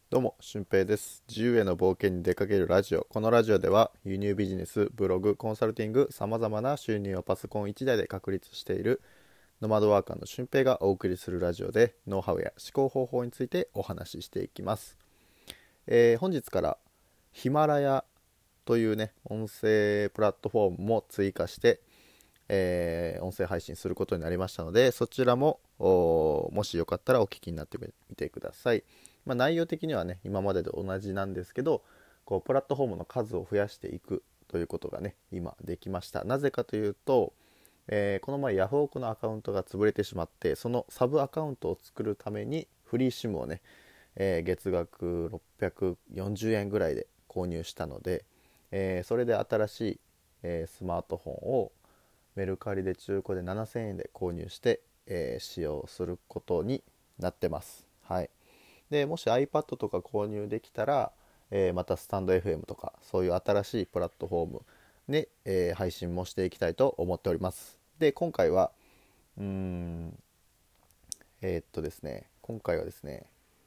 どうも、俊平です。自由への冒険に出かけるラジオ。このラジオでは、輸入ビジネス、ブログ、コンサルティング、様々な収入をパソコン1台で確立しているノマドワーカーの俊平がお送りするラジオで、ノウハウや思考方法についてお話ししていきます。本日からヒマラヤというね、音声プラットフォームも追加して、音声配信することになりましたので、そちらももしよかったらお聞きになってみてください。内容的にはね、今までと同じなんですけど、こうプラットフォームの数を増やしていくということがね、今できました。なぜかというと、この前ヤフオクのアカウントが潰れてしまって、そのサブアカウントを作るためにフリーシムをね、月額640円ぐらいで購入したので、それで新しい、スマートフォンをメルカリで中古で7000円で購入して、使用することになってます。はい。でもし iPad とか購入できたら、またスタンド FM とかそういう新しいプラットフォームで、配信もしていきたいと思っております。で今回はうーんですね今回はですね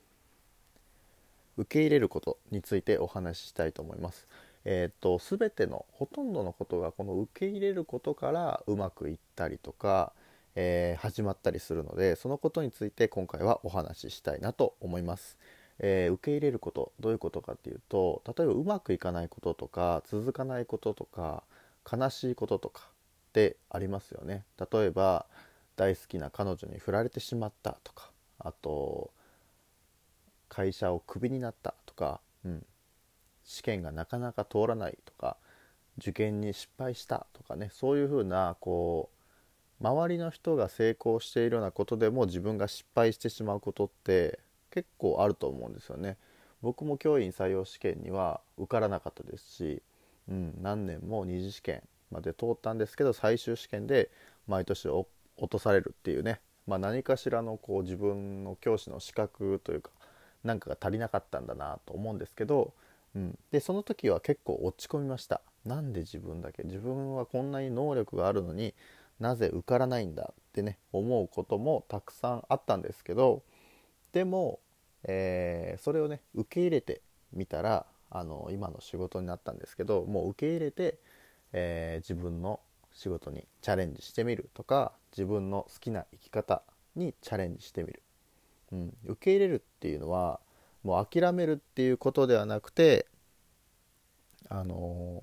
受け入れることについてお話ししたいと思います。全てのほとんどのことがこの受け入れることからうまくいったりとか、始まったりするので、そのことについて今回はお話ししたいなと思います。受け入れることどういうことかっていうと、例えばうまくいかないこととか続かないこととか悲しいこととかってありますよね。例えば大好きな彼女に振られてしまったとか、あと会社をクビになったとか、試験がなかなか通らないとか、受験に失敗したとかね、そういうふうな周りの人が成功しているようなことでも自分が失敗してしまうことって結構あると思うんですよね。僕も教員採用試験には受からなかったですし、何年も二次試験まで通ったんですけど、最終試験で毎年落とされるっていうね、何かしらの自分の教師の資格というかなんかが足りなかったんだなと思うんですけど、でその時は結構落ち込みました。なんで自分はこんなに能力があるのになぜ受からないんだってね思うこともたくさんあったんですけど、でも、それをね受け入れてみたら今の仕事になったんですけど、もう受け入れて、自分の仕事にチャレンジしてみるとか、自分の好きな生き方にチャレンジしてみる、受け入れるっていうのはもう諦めるっていうことではなくて、あの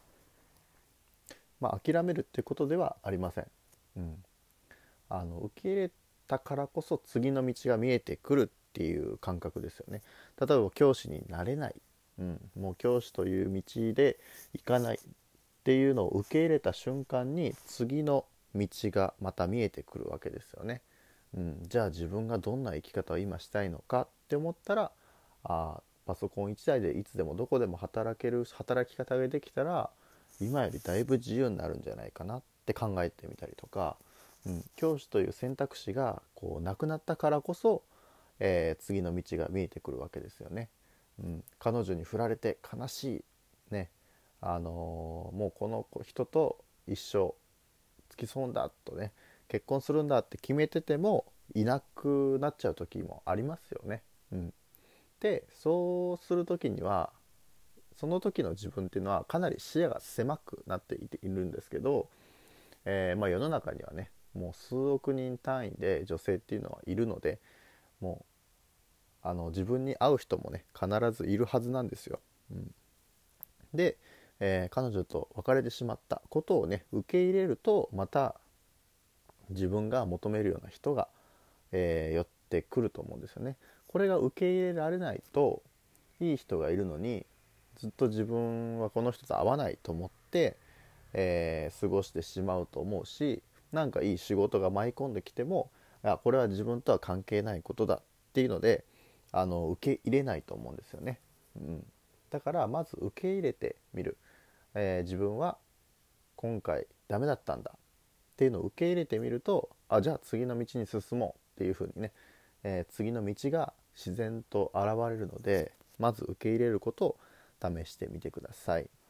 諦めるっていうことではありません。うん、受け入れたからこそ次の道が見えてくるっていう感覚ですよね。例えば教師になれない、もう教師という道で行かないっていうのを受け入れた瞬間に次の道がまた見えてくるわけですよね。じゃあ自分がどんな生き方を今したいのかって思ったら、パソコン1台でいつでもどこでも働ける働き方ができたら今よりだいぶ自由になるんじゃないかなって考えてみたりとか、教師という選択肢がなくなったからこそ、次の道が見えてくるわけですよね。彼女に振られて悲しいね、もうこの人と一生付き添うんだとね、結婚するんだって決めててもいなくなっちゃう時もありますよね。でそうする時にはその時の自分っていうのはかなり視野が狭くなっているんですけど、世の中にはねもう数億人単位で女性っていうのはいるので、もう自分に合う人もね必ずいるはずなんですよ。で、彼女と別れてしまったことをね受け入れると、また自分が求めるような人が、寄ってくると思うんですよね。これが受け入れられないと、いい人がいるのにずっと自分はこの人と会わないと思って、過ごしてしまうと思うし、なんかいい仕事が舞い込んできても、これは自分とは関係ないことだっていうので受け入れないと思うんですよね。だからまず受け入れてみる、自分は今回ダメだったんだっていうのを受け入れてみると、じゃあ次の道に進もうっていう風にね、次の道が自然と現れるので、まず受け入れることを試してみてください。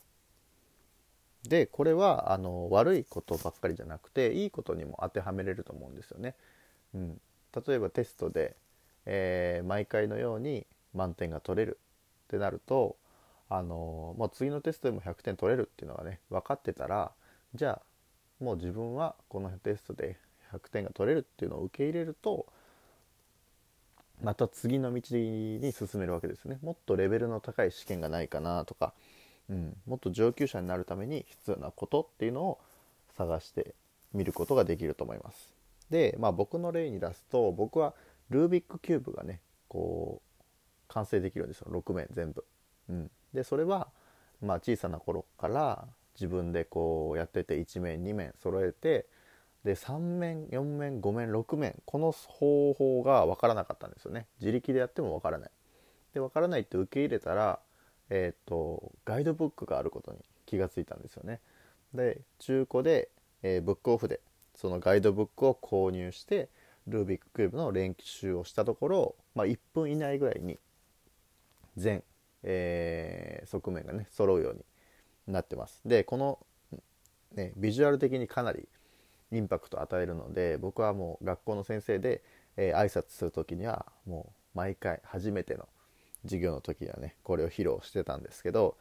でこれは悪いことばっかりじゃなくていいことにも当てはめれると思うんですよね。例えばテストで、毎回のように満点が取れるってなると、もう次のテストでも100点取れるっていうのがね分かってたら、じゃあもう自分はこのテストで100点が取れるっていうのを受け入れると、また次の道に進めるわけですね。もっとレベルの高い試験がないかなとか、もっと上級者になるために必要なことっていうのを探してみることができると思います。で、僕の例に出すと、僕はルービックキューブがねこう完成できるんですよ、6面全部。でそれは小さな頃から自分でこうやってて、1面2面揃えて、で3面4面5面6面、この方法が分からなかったんですよね。自力でやっても分からない。で分からないって受け入れたら、ガイドブックがあることに気がついたんですよね。で中古で、ブックオフでそのガイドブックを購入してルービックキューブの練習をしたところ、1分以内ぐらいに全、側面がね揃うようになってます。でこの、ビジュアル的にかなりインパクトを与えるので、僕はもう学校の先生で、挨拶する時にはもう毎回初めての授業の時にはねこれを披露してたんですけど、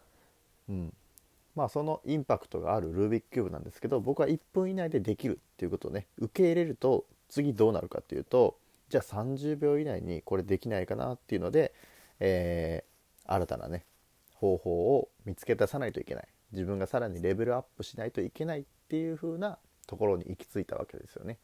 そのインパクトがあるルービックキューブなんですけど、僕は1分以内でできるっていうことをね受け入れると、次どうなるかっていうと、じゃあ30秒以内にこれできないかなっていうので、新たなね方法を見つけ出さないといけない、自分がさらにレベルアップしないといけないっていう風なところに行き着いたわけですよね。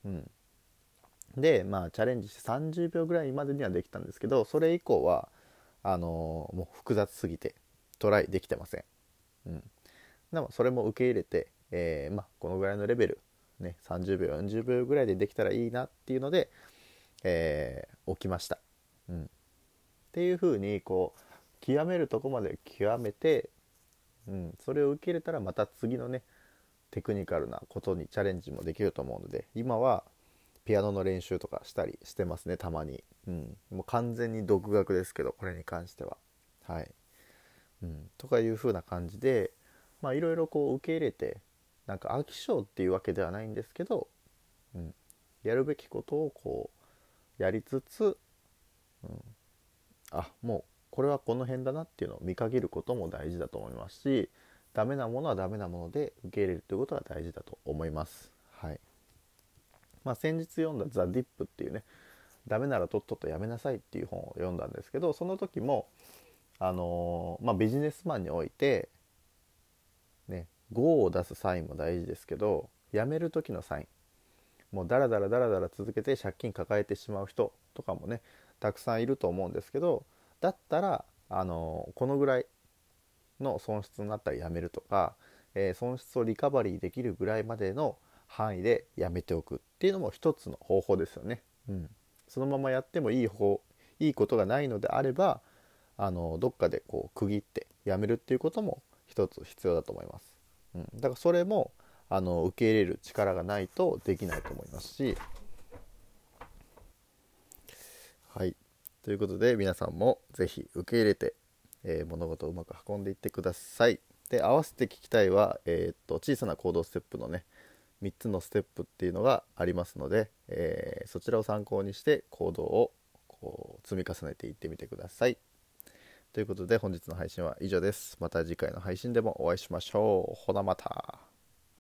でチャレンジして30秒ぐらいまでにはできたんですけど、それ以降はもう複雑すぎてトライできてません。でもそれも受け入れて、このぐらいのレベル、30秒40秒ぐらいでできたらいいなっていうので、置きました。っていう風にこう極めるとこまで極めて、それを受け入れたらまた次のねテクニカルなことにチャレンジもできると思うので、今はピアノの練習とかしたりしてますね、たまに。もう完全に独学ですけど、これに関しては。はい。とかいう風な感じで、いろいろこう受け入れて、なんか飽き性っていうわけではないんですけど、やるべきことをこうやりつつ、もうこれはこの辺だなっていうのを見限ることも大事だと思いますし、ダメなものはダメなもので受け入れるということが大事だと思います。はい。先日読んだザ・ディップっていうね、ダメならとっととやめなさいっていう本を読んだんですけど、その時もビジネスマンにおいてね、ゴーを出すサインも大事ですけど、やめる時のサイン、もうダラダラダラダラ続けて借金抱えてしまう人とかもねたくさんいると思うんですけど、だったらこのぐらいの損失になったらやめるとか、損失をリカバリーできるぐらいまでの範囲でやめておくっていうのも一つの方法ですよね。そのままやってもいいことがないのであれば、どっかでこう区切ってやめるっていうことも一つ必要だと思います。だからそれも受け入れる力がないとできないと思いますし、はい、ということで皆さんもぜひ受け入れて、物事をうまく運んでいってください。で合わせて聞きたいは、小さな行動ステップのね3つのステップっていうのがありますので、そちらを参考にして行動をこう積み重ねていってみてください。ということで本日の配信は以上です。また次回の配信でもお会いしましょう。ほなまた。